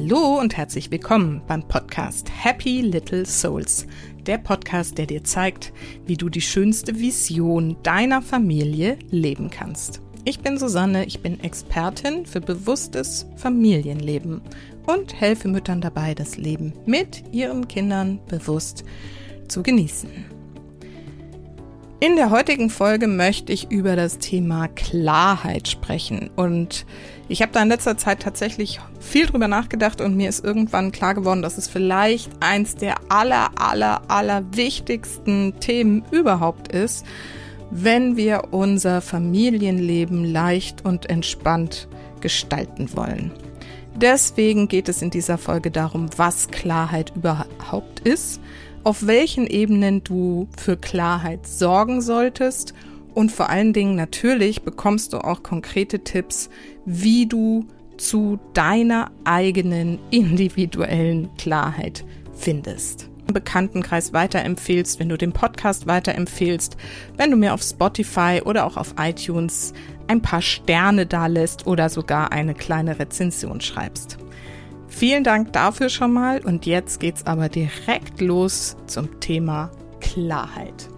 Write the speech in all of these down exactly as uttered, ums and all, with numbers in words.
Hallo und herzlich willkommen beim Podcast Happy Little Souls, der Podcast, der dir zeigt, wie du die schönste Vision deiner Familie leben kannst. Ich bin Susanne, ich bin Expertin für bewusstes Familienleben und helfe Müttern dabei, das Leben mit ihren Kindern bewusst zu genießen. In der heutigen Folge möchte ich über das Thema Klarheit sprechen und ich habe da in letzter Zeit tatsächlich viel drüber nachgedacht und mir ist irgendwann klar geworden, dass es vielleicht eins der aller, aller, aller wichtigsten Themen überhaupt ist, wenn wir unser Familienleben leicht und entspannt gestalten wollen. Deswegen geht es in dieser Folge darum, was Klarheit überhaupt ist, auf welchen Ebenen du für Klarheit sorgen solltest und vor allen Dingen natürlich bekommst du auch konkrete Tipps, wie du zu deiner eigenen individuellen Klarheit findest. Im Bekanntenkreis weiterempfehlst, wenn du den Podcast weiterempfehlst, wenn du mir auf Spotify oder auch auf iTunes ein paar Sterne dalässt oder sogar eine kleine Rezension schreibst. Vielen Dank dafür schon mal und jetzt geht's aber direkt los zum Thema Klarheit.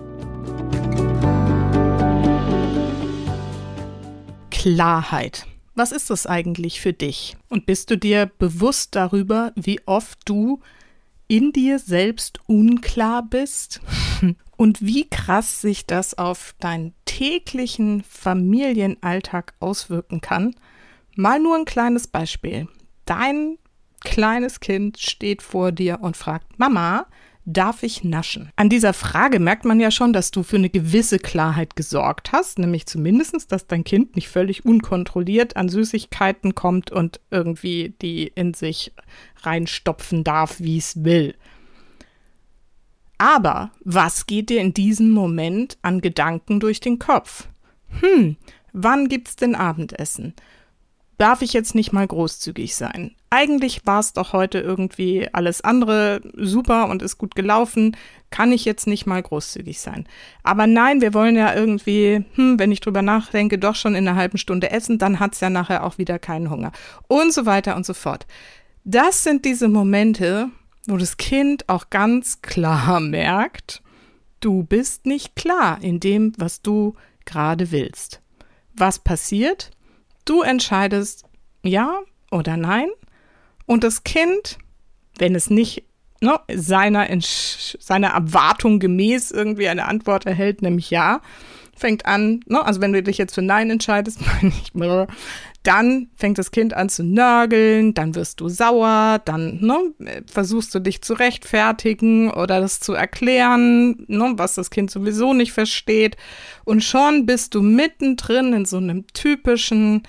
Klarheit. Was ist das eigentlich für dich? Und bist du dir bewusst darüber, wie oft du in dir selbst unklar bist? Und wie krass sich das auf deinen täglichen Familienalltag auswirken kann? Mal nur ein kleines Beispiel. Dein kleines Kind steht vor dir und fragt, Mama, darf ich naschen? An dieser Frage merkt man ja schon, dass du für eine gewisse Klarheit gesorgt hast, nämlich zumindest, dass dein Kind nicht völlig unkontrolliert an Süßigkeiten kommt und irgendwie die in sich reinstopfen darf, wie es will. Aber was geht dir in diesem Moment an Gedanken durch den Kopf? Hm, wann gibt's denn Abendessen? Darf ich jetzt nicht mal großzügig sein? Eigentlich war es doch heute irgendwie alles andere super und ist gut gelaufen. Kann ich jetzt nicht mal großzügig sein? Aber nein, wir wollen ja irgendwie, hm, wenn ich drüber nachdenke, doch schon in einer halben Stunde essen, dann hat's ja nachher auch wieder keinen Hunger. Und so weiter und so fort. Das sind diese Momente, wo das Kind auch ganz klar merkt, du bist nicht klar in dem, was du gerade willst. Was passiert? Du entscheidest ja oder nein und das Kind, wenn es nicht ne, seiner, seiner Erwartung gemäß irgendwie eine Antwort erhält, nämlich ja, fängt an, ne, also wenn du dich jetzt für nein entscheidest, dann fängt das Kind an zu nörgeln, dann wirst du sauer, dann ne, versuchst du dich zu rechtfertigen oder das zu erklären, ne, was das Kind sowieso nicht versteht. Und schon bist du mittendrin in so einem typischen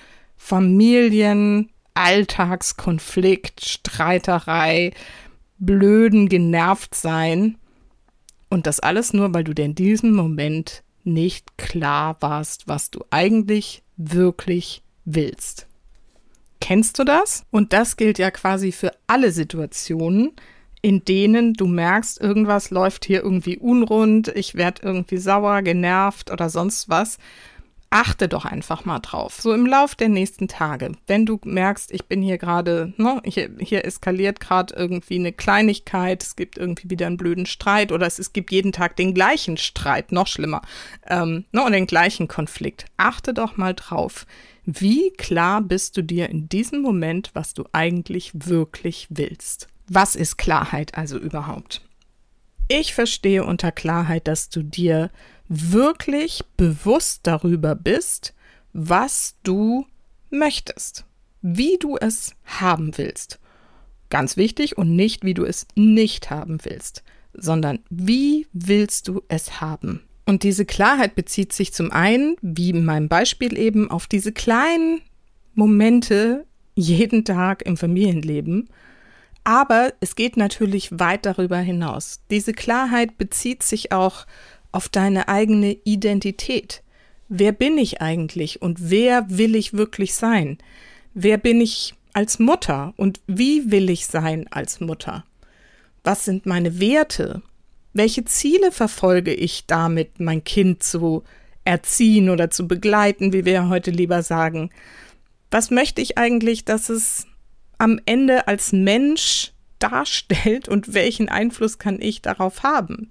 Familien-Alltagskonflikt, Streiterei, blöden Genervtsein. Und das alles nur, weil du dir in diesem Moment nicht klar warst, was du eigentlich wirklich willst. Kennst du das? Und das gilt ja quasi für alle Situationen, in denen du merkst, irgendwas läuft hier irgendwie unrund, ich werde irgendwie sauer, genervt oder sonst was. Achte doch einfach mal drauf. So im Lauf der nächsten Tage, wenn du merkst, ich bin hier gerade, ne, hier, hier eskaliert gerade irgendwie eine Kleinigkeit, es gibt irgendwie wieder einen blöden Streit oder es, es gibt jeden Tag den gleichen Streit, noch schlimmer, ähm, ne, und den gleichen Konflikt. Achte doch mal drauf, wie klar bist du dir in diesem Moment, was du eigentlich wirklich willst. Was ist Klarheit also überhaupt? Ich verstehe unter Klarheit, dass du dir wirklich bewusst darüber bist, was du möchtest, wie du es haben willst. Ganz wichtig und nicht, wie du es nicht haben willst, sondern wie willst du es haben? Und diese Klarheit bezieht sich zum einen, wie in meinem Beispiel eben, auf diese kleinen Momente jeden Tag im Familienleben. Aber es geht natürlich weit darüber hinaus. Diese Klarheit bezieht sich auch auf deine eigene Identität. Wer bin ich eigentlich und wer will ich wirklich sein? Wer bin ich als Mutter und wie will ich sein als Mutter? Was sind meine Werte? Welche Ziele verfolge ich damit, mein Kind zu erziehen oder zu begleiten, wie wir heute lieber sagen? Was möchte ich eigentlich, dass es am Ende als Mensch darstellt und welchen Einfluss kann ich darauf haben?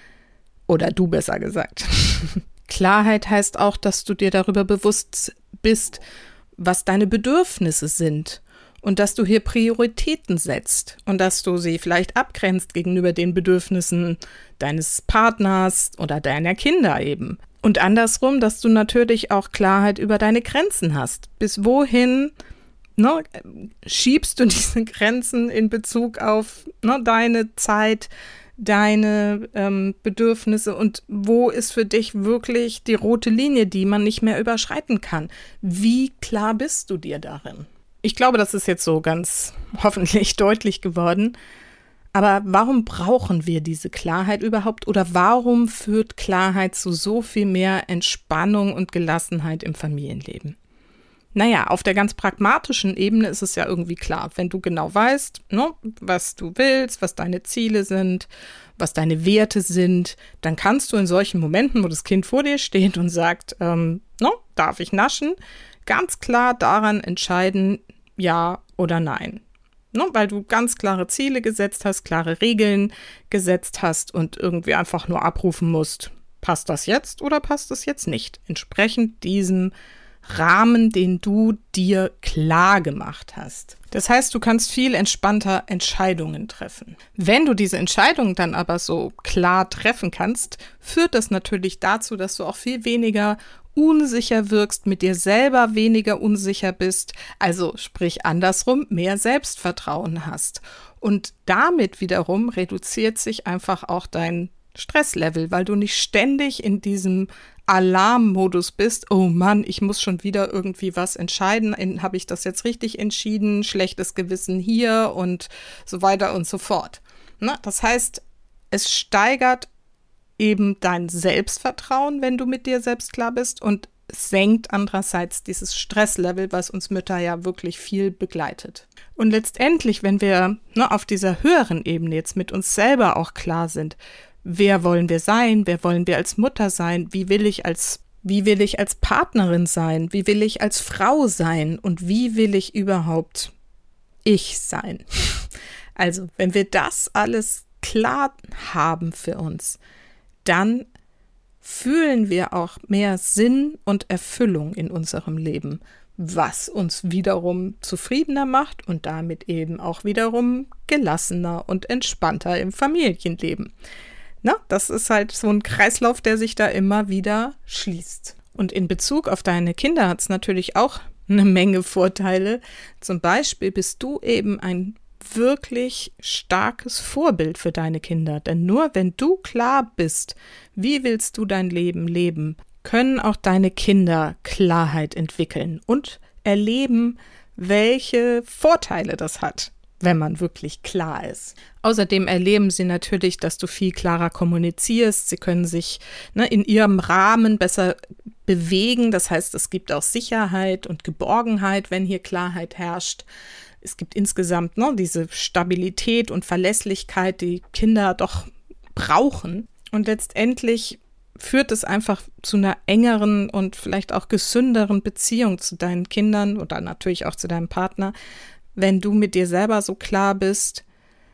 Oder du besser gesagt. Klarheit heißt auch, dass du dir darüber bewusst bist, was deine Bedürfnisse sind und dass du hier Prioritäten setzt und dass du sie vielleicht abgrenzt gegenüber den Bedürfnissen deines Partners oder deiner Kinder eben. Und andersrum, dass du natürlich auch Klarheit über deine Grenzen hast. Bis wohin ne, schiebst du diese Grenzen in Bezug auf ne, deine Zeit, deine ähm, Bedürfnisse und wo ist für dich wirklich die rote Linie, die man nicht mehr überschreiten kann? Wie klar bist du dir darin? Ich glaube, das ist jetzt so ganz hoffentlich deutlich geworden. Aber warum brauchen wir diese Klarheit überhaupt oder warum führt Klarheit zu so viel mehr Entspannung und Gelassenheit im Familienleben? Naja, auf der ganz pragmatischen Ebene ist es ja irgendwie klar, wenn du genau weißt, ne, was du willst, was deine Ziele sind, was deine Werte sind, dann kannst du in solchen Momenten, wo das Kind vor dir steht und sagt, ähm, ne, darf ich naschen, ganz klar daran entscheiden, ja oder nein. Ne, weil du ganz klare Ziele gesetzt hast, klare Regeln gesetzt hast und irgendwie einfach nur abrufen musst, passt das jetzt oder passt das jetzt nicht? Entsprechend diesem Rahmen, den du dir klar gemacht hast. Das heißt, du kannst viel entspannter Entscheidungen treffen. Wenn du diese Entscheidungen dann aber so klar treffen kannst, führt das natürlich dazu, dass du auch viel weniger unsicher wirkst, mit dir selber weniger unsicher bist, also sprich andersrum, mehr Selbstvertrauen hast. Und damit wiederum reduziert sich einfach auch dein Stresslevel, weil du nicht ständig in diesem Alarmmodus bist, oh Mann, ich muss schon wieder irgendwie was entscheiden, habe ich das jetzt richtig entschieden, schlechtes Gewissen hier und so weiter und so fort. Na, das heißt, es steigert eben dein Selbstvertrauen, wenn du mit dir selbst klar bist und senkt andererseits dieses Stresslevel, was uns Mütter ja wirklich viel begleitet. Und letztendlich, wenn wir ne, auf dieser höheren Ebene jetzt mit uns selber auch klar sind, wer wollen wir sein, wer wollen wir als Mutter sein, wie will ich als, wie will ich als Partnerin sein, wie will ich als Frau sein und wie will ich überhaupt ich sein. Also, wenn wir das alles klar haben für uns, dann fühlen wir auch mehr Sinn und Erfüllung in unserem Leben, was uns wiederum zufriedener macht und damit eben auch wiederum gelassener und entspannter im Familienleben. Na, das ist halt so ein Kreislauf, der sich da immer wieder schließt. Und in Bezug auf deine Kinder hat es natürlich auch eine Menge Vorteile. Zum Beispiel bist du eben ein wirklich starkes Vorbild für deine Kinder. Denn nur wenn du klar bist, wie willst du dein Leben leben, können auch deine Kinder Klarheit entwickeln und erleben, welche Vorteile das hat, wenn man wirklich klar ist. Außerdem erleben sie natürlich, dass du viel klarer kommunizierst. Sie können sich ne, in ihrem Rahmen besser bewegen. Das heißt, es gibt auch Sicherheit und Geborgenheit, wenn hier Klarheit herrscht. Es gibt insgesamt ne, diese Stabilität und Verlässlichkeit, die Kinder doch brauchen. Und letztendlich führt es einfach zu einer engeren und vielleicht auch gesünderen Beziehung zu deinen Kindern oder natürlich auch zu deinem Partner, wenn du mit dir selber so klar bist,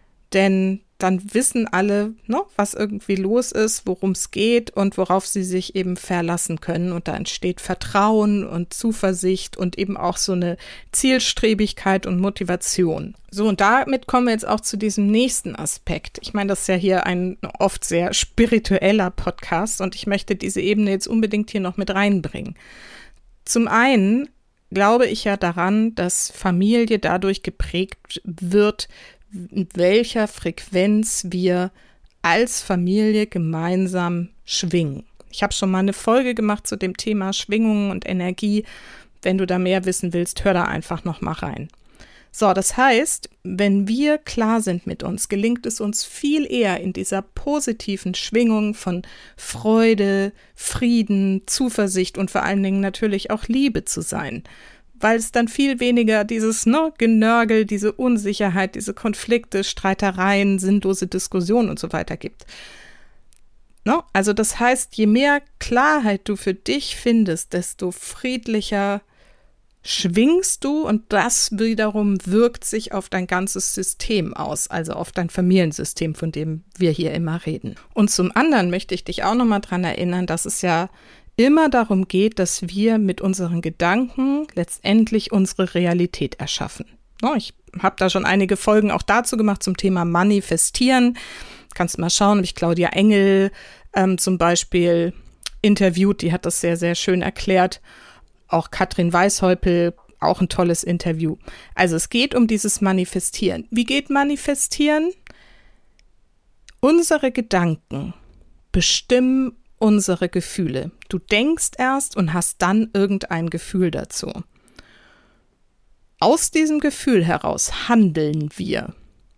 denn dann wissen alle, ne, was irgendwie los ist, worum es geht und worauf sie sich eben verlassen können. Und da entsteht Vertrauen und Zuversicht und eben auch so eine Zielstrebigkeit und Motivation. So, und damit kommen wir jetzt auch zu diesem nächsten Aspekt. Ich meine, das ist ja hier ein oft sehr spiritueller Podcast und ich möchte diese Ebene jetzt unbedingt hier noch mit reinbringen. Zum einen glaube ich ja daran, dass Familie dadurch geprägt wird, in welcher Frequenz wir als Familie gemeinsam schwingen. Ich habe schon mal eine Folge gemacht zu dem Thema Schwingungen und Energie. Wenn du da mehr wissen willst, hör da einfach noch mal rein. So, das heißt, wenn wir klar sind mit uns, gelingt es uns viel eher in dieser positiven Schwingung von Freude, Frieden, Zuversicht und vor allen Dingen natürlich auch Liebe zu sein. Weil es dann viel weniger dieses ne, Genörgel, diese Unsicherheit, diese Konflikte, Streitereien, sinnlose Diskussionen und so weiter gibt. Ne? Also das heißt, je mehr Klarheit du für dich findest, desto friedlicher schwingst du und das wiederum wirkt sich auf dein ganzes System aus, also auf dein Familiensystem, von dem wir hier immer reden. Und zum anderen möchte ich dich auch nochmal dran erinnern, dass es ja immer darum geht, dass wir mit unseren Gedanken letztendlich unsere Realität erschaffen. Ich habe da schon einige Folgen auch dazu gemacht zum Thema Manifestieren. Kannst mal schauen, habe ich Claudia Engel ähm, zum Beispiel interviewt, die hat das sehr, sehr schön erklärt. Auch Katrin Weishäupel, auch ein tolles Interview. Also es geht um dieses Manifestieren. Wie geht Manifestieren? Unsere Gedanken bestimmen unsere Gefühle. Du denkst erst und hast dann irgendein Gefühl dazu. Aus diesem Gefühl heraus handeln wir.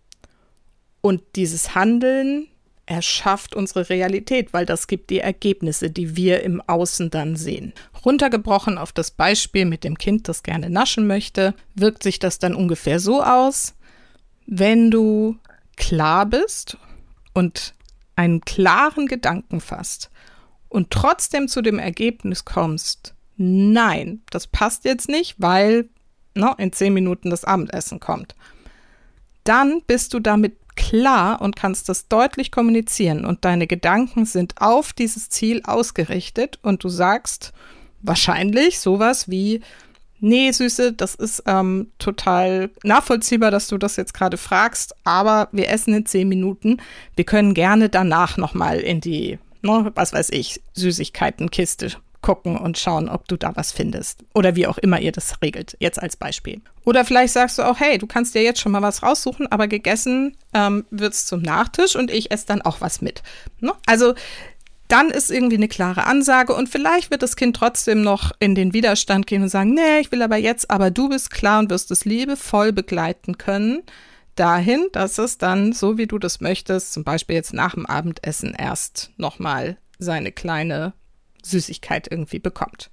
Und dieses Handeln erschafft unsere Realität, weil das gibt die Ergebnisse, die wir im Außen dann sehen. Runtergebrochen auf das Beispiel mit dem Kind, das gerne naschen möchte, wirkt sich das dann ungefähr so aus, wenn du klar bist und einen klaren Gedanken fasst und trotzdem zu dem Ergebnis kommst, nein, das passt jetzt nicht, weil no, in zehn Minuten das Abendessen kommt, dann bist du damit klar und kannst das deutlich kommunizieren und deine Gedanken sind auf dieses Ziel ausgerichtet und du sagst wahrscheinlich sowas wie, nee, Süße, das ist ähm, total nachvollziehbar, dass du das jetzt gerade fragst, aber wir essen in zehn Minuten, wir können gerne danach nochmal in die, ne, was weiß ich, Süßigkeitenkiste gucken und schauen, ob du da was findest. Oder wie auch immer ihr das regelt, jetzt als Beispiel. Oder vielleicht sagst du auch, hey, du kannst dir jetzt schon mal was raussuchen, aber gegessen ähm, wird's zum Nachtisch und ich esse dann auch was mit. Ne? Also dann ist irgendwie eine klare Ansage und vielleicht wird das Kind trotzdem noch in den Widerstand gehen und sagen, nee, ich will aber jetzt, aber du bist klar und wirst es liebevoll begleiten können, dahin, dass es dann, so wie du das möchtest, zum Beispiel jetzt nach dem Abendessen erst nochmal seine kleine Süßigkeit irgendwie bekommt.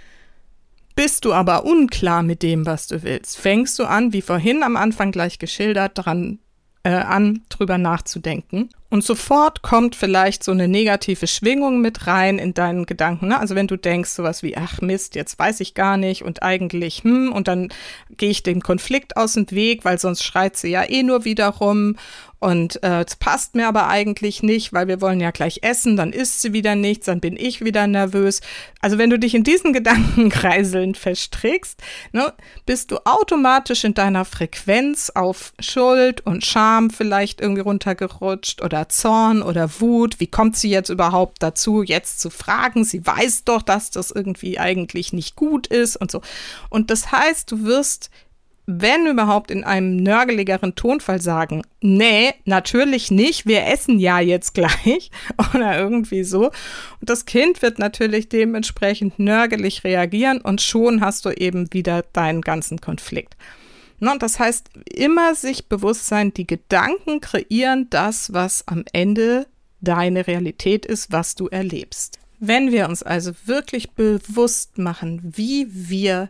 Bist du aber unklar mit dem, was du willst, fängst du an, wie vorhin am Anfang gleich geschildert, dran äh, an, drüber nachzudenken. Und sofort kommt vielleicht so eine negative Schwingung mit rein in deinen Gedanken. Ne? Also wenn du denkst sowas wie, ach Mist, jetzt weiß ich gar nicht und eigentlich, hm, und dann gehe ich dem Konflikt aus dem Weg, weil sonst schreit sie ja eh nur wieder rum. Und äh, es passt mir aber eigentlich nicht, weil wir wollen ja gleich essen, dann isst sie wieder nichts, dann bin ich wieder nervös. Also wenn du dich in diesen Gedankenkreiseln verstrickst, ne, bist du automatisch in deiner Frequenz auf Schuld und Scham vielleicht irgendwie runtergerutscht oder Zorn oder Wut. Wie kommt sie jetzt überhaupt dazu, jetzt zu fragen? Sie weiß doch, dass das irgendwie eigentlich nicht gut ist und so. Und das heißt, du wirst, wenn überhaupt, in einem nörgeligeren Tonfall sagen, nee, natürlich nicht, wir essen ja jetzt gleich oder irgendwie so. Und das Kind wird natürlich dementsprechend nörgelig reagieren und schon hast du eben wieder deinen ganzen Konflikt. No, das heißt, immer sich bewusst sein, die Gedanken kreieren das, was am Ende deine Realität ist, was du erlebst. Wenn wir uns also wirklich bewusst machen, wie wir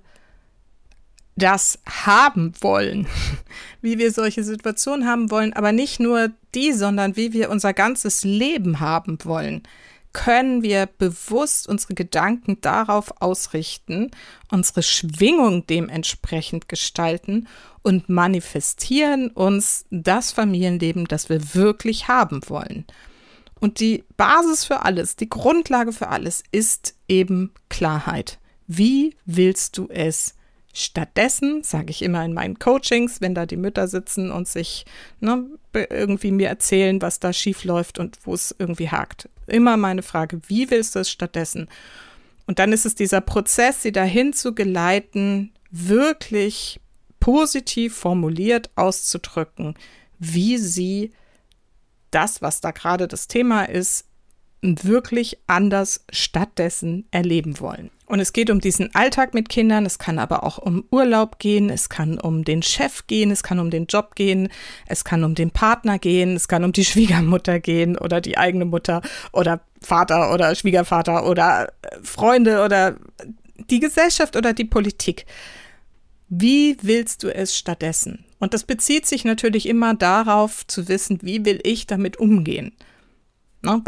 das haben wollen, wie wir solche Situationen haben wollen, aber nicht nur die, sondern wie wir unser ganzes Leben haben wollen, können wir bewusst unsere Gedanken darauf ausrichten, unsere Schwingung dementsprechend gestalten und manifestieren uns das Familienleben, das wir wirklich haben wollen. Und die Basis für alles, die Grundlage für alles ist eben Klarheit. Wie willst du es stattdessen, sage ich immer in meinen Coachings, wenn da die Mütter sitzen und sich ne, irgendwie mir erzählen, was da schief läuft und wo es irgendwie hakt. Immer meine Frage, wie willst du es stattdessen? Und dann ist es dieser Prozess, sie dahin zu geleiten, wirklich positiv formuliert auszudrücken, wie sie das, was da gerade das Thema ist, wirklich anders stattdessen erleben wollen. Und es geht um diesen Alltag mit Kindern, es kann aber auch um Urlaub gehen, es kann um den Chef gehen, es kann um den Job gehen, es kann um den Partner gehen, es kann um die Schwiegermutter gehen oder die eigene Mutter oder Vater oder Schwiegervater oder Freunde oder die Gesellschaft oder die Politik. Wie willst du es stattdessen? Und das bezieht sich natürlich immer darauf zu wissen, wie will ich damit umgehen? Ne? Weil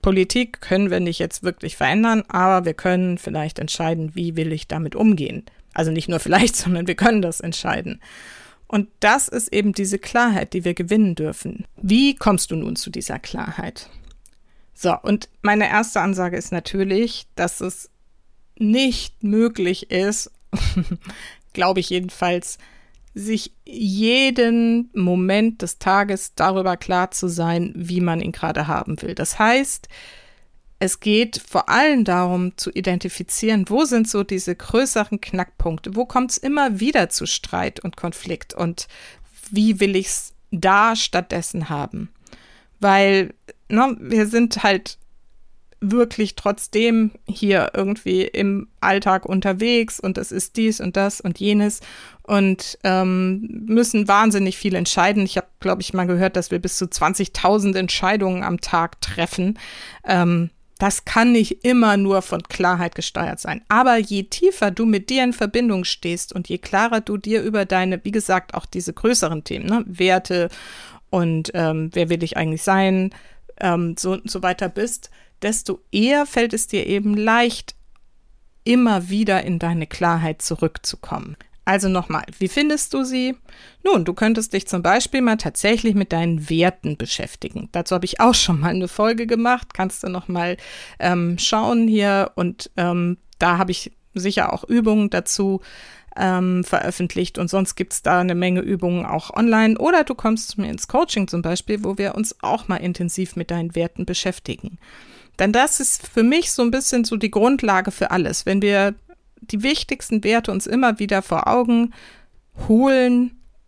Politik können wir nicht jetzt wirklich verändern, aber wir können vielleicht entscheiden, wie will ich damit umgehen. Also nicht nur vielleicht, sondern wir können das entscheiden. Und das ist eben diese Klarheit, die wir gewinnen dürfen. Wie kommst du nun zu dieser Klarheit? So, und meine erste Ansage ist natürlich, dass es nicht möglich ist, glaube ich jedenfalls, sich jeden Moment des Tages darüber klar zu sein, wie man ihn gerade haben will. Das heißt, es geht vor allem darum zu identifizieren, wo sind so diese größeren Knackpunkte, wo kommt es immer wieder zu Streit und Konflikt und wie will ich es da stattdessen haben. Weil ne, wir sind halt wirklich trotzdem hier irgendwie im Alltag unterwegs und es ist dies und das und jenes und ähm, müssen wahnsinnig viel entscheiden. Ich habe, glaube ich, mal gehört, dass wir bis zu zwanzigtausend Entscheidungen am Tag treffen. Ähm, das kann nicht immer nur von Klarheit gesteuert sein. Aber je tiefer du mit dir in Verbindung stehst und je klarer du dir über deine, wie gesagt, auch diese größeren Themen, ne, Werte und ähm, wer will ich eigentlich sein, ähm, so, so weiter bist, desto eher fällt es dir eben leicht, immer wieder in deine Klarheit zurückzukommen. Also nochmal, wie findest du sie? Nun, du könntest dich zum Beispiel mal tatsächlich mit deinen Werten beschäftigen. Dazu habe ich auch schon mal eine Folge gemacht, kannst du nochmal ähm, schauen hier und ähm, da habe ich sicher auch Übungen dazu ähm, veröffentlicht und sonst gibt es da eine Menge Übungen auch online oder du kommst zu mir ins Coaching zum Beispiel, wo wir uns auch mal intensiv mit deinen Werten beschäftigen. Denn das ist für mich so ein bisschen so die Grundlage für alles. Wenn wir die wichtigsten Werte uns immer wieder vor Augen holen,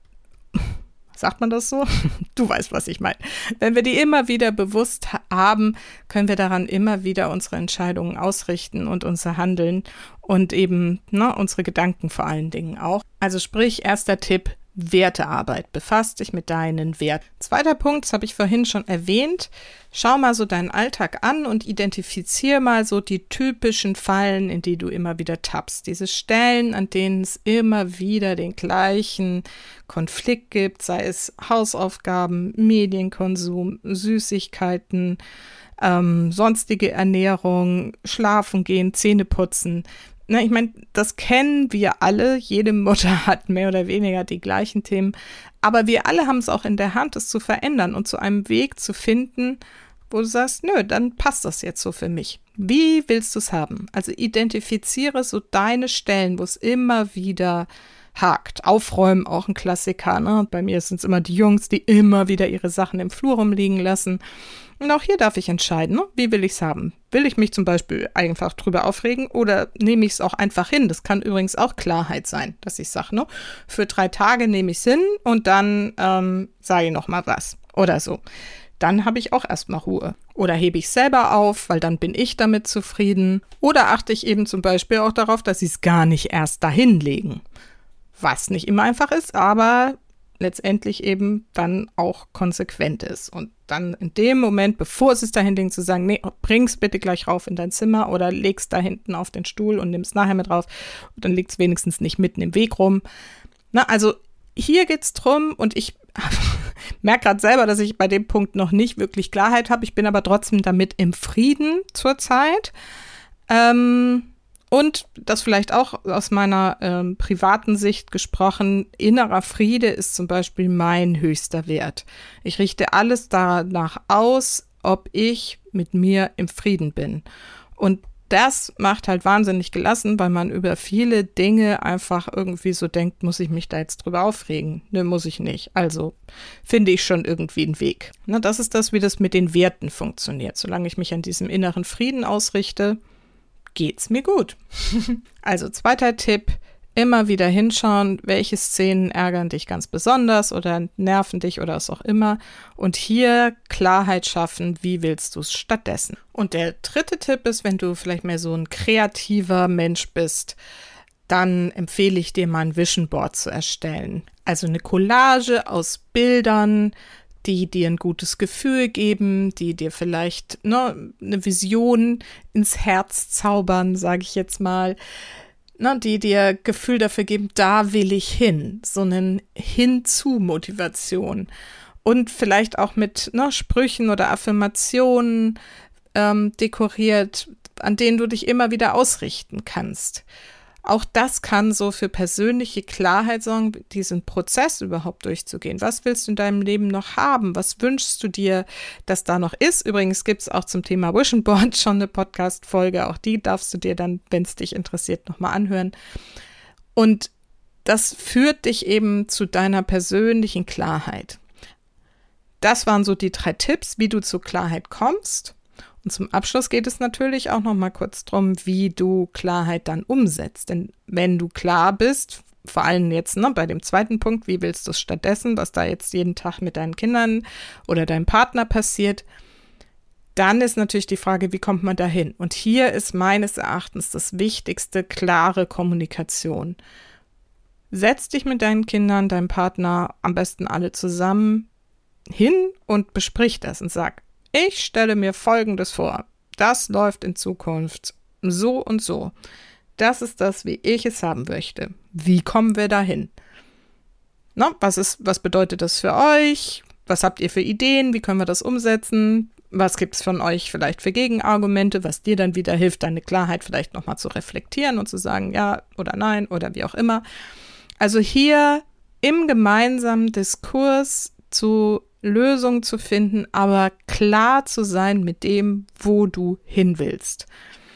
sagt man das so? Du weißt, was ich meine. Wenn wir die immer wieder bewusst haben, können wir daran immer wieder unsere Entscheidungen ausrichten und unser Handeln und eben ne, unsere Gedanken vor allen Dingen auch. Also sprich, erster Tipp, Wertearbeit. Befasst dich mit deinen Werten. Zweiter Punkt, das habe ich vorhin schon erwähnt. Schau mal so deinen Alltag an und identifiziere mal so die typischen Fallen, in die du immer wieder tappst. Diese Stellen, an denen es immer wieder den gleichen Konflikt gibt, sei es Hausaufgaben, Medienkonsum, Süßigkeiten, ähm, sonstige Ernährung, Schlafen gehen, Zähne putzen. Na, ich meine, das kennen wir alle. Jede Mutter hat mehr oder weniger die gleichen Themen. Aber wir alle haben es auch in der Hand, es zu verändern und zu einem Weg zu finden, wo du sagst, nö, dann passt das jetzt so für mich. Wie willst du es haben? Also identifiziere so deine Stellen, wo es immer wieder hakt. Aufräumen, auch ein Klassiker. Ne? Bei mir sind es immer die Jungs, die immer wieder ihre Sachen im Flur rumliegen lassen. Und auch hier darf ich entscheiden, ne? Wie will ich es haben? Will ich mich zum Beispiel einfach drüber aufregen oder nehme ich es auch einfach hin? Das kann übrigens auch Klarheit sein, dass ich sage, ne? Für drei Tage nehme ich es hin und dann ähm, sage ich noch mal was oder so. Dann habe ich auch erstmal Ruhe. Oder hebe ich selber auf, weil dann bin ich damit zufrieden. Oder achte ich eben zum Beispiel auch darauf, dass sie es gar nicht erst dahin legen. Was nicht immer einfach ist, aber letztendlich eben dann auch konsequent ist. Und dann in dem Moment, bevor sie es dahin legen, zu sagen, nee, bring's bitte gleich rauf in dein Zimmer oder leg's da hinten auf den Stuhl und nimm's nachher mit rauf. Und dann liegt's wenigstens nicht mitten im Weg rum. Na, also hier geht's drum und ich merke gerade selber, dass ich bei dem Punkt noch nicht wirklich Klarheit habe. Ich bin aber trotzdem damit im Frieden zurzeit. Ähm, Und das vielleicht auch aus meiner ähm, privaten Sicht gesprochen, innerer Friede ist zum Beispiel mein höchster Wert. Ich richte alles danach aus, ob ich mit mir im Frieden bin. Und das macht halt wahnsinnig gelassen, weil man über viele Dinge einfach irgendwie so denkt, muss ich mich da jetzt drüber aufregen? Ne, muss ich nicht. Also finde ich schon irgendwie einen Weg. Ne, das ist das, wie das mit den Werten funktioniert. Solange ich mich an diesem inneren Frieden ausrichte, geht's mir gut. Also zweiter Tipp, immer wieder hinschauen, welche Szenen ärgern dich ganz besonders oder nerven dich oder was auch immer. Und hier Klarheit schaffen, wie willst du es stattdessen. Und der dritte Tipp ist, wenn du vielleicht mehr so ein kreativer Mensch bist, dann empfehle ich dir mal ein Vision Board zu erstellen. Also eine Collage aus Bildern, die dir ein gutes Gefühl geben, die dir vielleicht ne, eine Vision ins Herz zaubern, sage ich jetzt mal, ne, die dir Gefühl dafür geben, da will ich hin, so eine Hinzu-Motivation und vielleicht auch mit ne, Sprüchen oder Affirmationen, ähm, dekoriert, an denen du dich immer wieder ausrichten kannst. Auch das kann so für persönliche Klarheit sorgen, diesen Prozess überhaupt durchzugehen. Was willst du in deinem Leben noch haben? Was wünschst du dir, dass da noch ist? Übrigens gibt es auch zum Thema Vision Board schon eine Podcast-Folge. Auch die darfst du dir dann, wenn es dich interessiert, nochmal anhören. Und das führt dich eben zu deiner persönlichen Klarheit. Das waren so die drei Tipps, wie du zur Klarheit kommst. Und zum Abschluss geht es natürlich auch noch mal kurz darum, wie du Klarheit dann umsetzt. Denn wenn du klar bist, vor allem jetzt ne, bei dem zweiten Punkt, wie willst du es stattdessen, was da jetzt jeden Tag mit deinen Kindern oder deinem Partner passiert, dann ist natürlich die Frage, wie kommt man dahin? Und hier ist meines Erachtens das Wichtigste, klare Kommunikation. Setz dich mit deinen Kindern, deinem Partner, am besten alle zusammen hin und besprich das und sag, ich stelle mir Folgendes vor. Das läuft in Zukunft so und so. Das ist das, wie ich es haben möchte. Wie kommen wir dahin? Na, was ist, was bedeutet das für euch? Was habt ihr für Ideen? Wie können wir das umsetzen? Was gibt es von euch vielleicht für Gegenargumente, was dir dann wieder hilft, deine Klarheit vielleicht nochmal zu reflektieren und zu sagen, ja oder nein oder wie auch immer. Also hier im gemeinsamen Diskurs zu Lösungen zu finden, aber klar zu sein mit dem, wo du hin willst.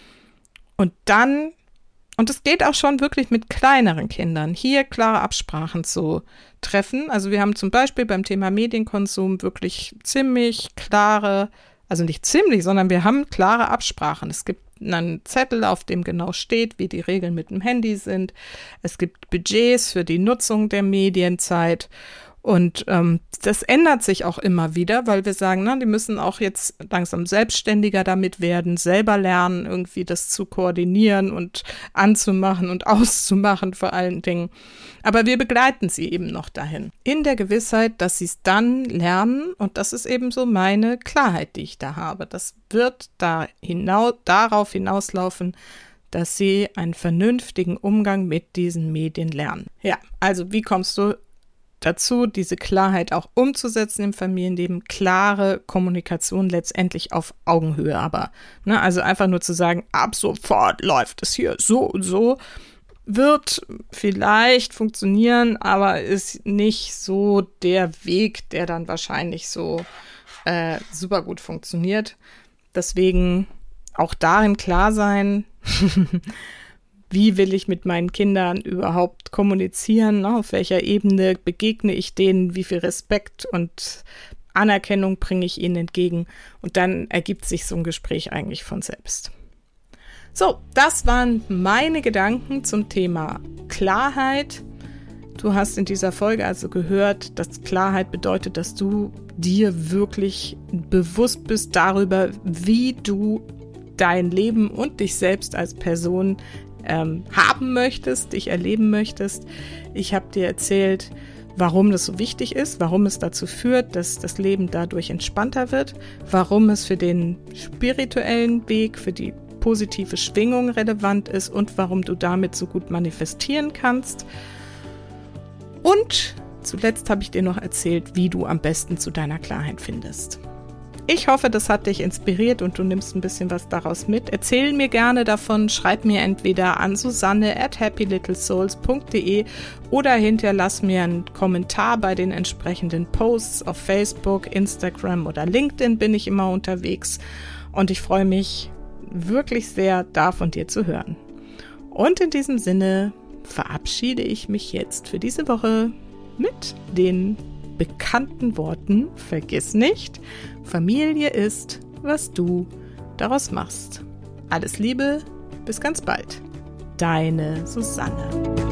Und dann, und es geht auch schon wirklich mit kleineren Kindern, hier klare Absprachen zu treffen. Also wir haben zum Beispiel beim Thema Medienkonsum wirklich ziemlich klare, also nicht ziemlich, sondern wir haben klare Absprachen. Es gibt einen Zettel, auf dem genau steht, wie die Regeln mit dem Handy sind. Es gibt Budgets für die Nutzung der Medienzeit. Und ähm, das ändert sich auch immer wieder, weil wir sagen, na, die müssen auch jetzt langsam selbstständiger damit werden, selber lernen, irgendwie das zu koordinieren und anzumachen und auszumachen vor allen Dingen. Aber wir begleiten sie eben noch dahin. In der Gewissheit, dass sie es dann lernen, und das ist eben so meine Klarheit, die ich da habe. Das wird da hinaus, darauf hinauslaufen, dass sie einen vernünftigen Umgang mit diesen Medien lernen. Ja, also wie kommst du dazu, diese Klarheit auch umzusetzen im Familienleben, klare Kommunikation letztendlich auf Augenhöhe aber. Ne, also einfach nur zu sagen, ab sofort läuft es hier so und so, wird vielleicht funktionieren, aber ist nicht so der Weg, der dann wahrscheinlich so äh, super gut funktioniert. Deswegen auch darin klar sein, wie will ich mit meinen Kindern überhaupt kommunizieren, ne? Auf welcher Ebene begegne ich denen, wie viel Respekt und Anerkennung bringe ich ihnen entgegen und dann ergibt sich so ein Gespräch eigentlich von selbst. So, das waren meine Gedanken zum Thema Klarheit. Du hast in dieser Folge also gehört, dass Klarheit bedeutet, dass du dir wirklich bewusst bist darüber, wie du dein Leben und dich selbst als Person ähm, haben möchtest, dich erleben möchtest. Ich habe dir erzählt, warum das so wichtig ist, warum es dazu führt, dass das Leben dadurch entspannter wird, warum es für den spirituellen Weg, für die positive Schwingung relevant ist und warum du damit so gut manifestieren kannst. Und zuletzt habe ich dir noch erzählt, wie du am besten zu deiner Klarheit findest. Ich hoffe, das hat dich inspiriert und du nimmst ein bisschen was daraus mit. Erzähl mir gerne davon, schreib mir entweder an susanne at happy little souls punkt de oder hinterlass mir einen Kommentar bei den entsprechenden Posts auf Facebook, Instagram oder LinkedIn bin ich immer unterwegs und ich freue mich wirklich sehr, da von dir zu hören. Und in diesem Sinne verabschiede ich mich jetzt für diese Woche mit den bekannten Worten, vergiss nicht, Familie ist, was du daraus machst. Alles Liebe, bis ganz bald. Deine Susanne.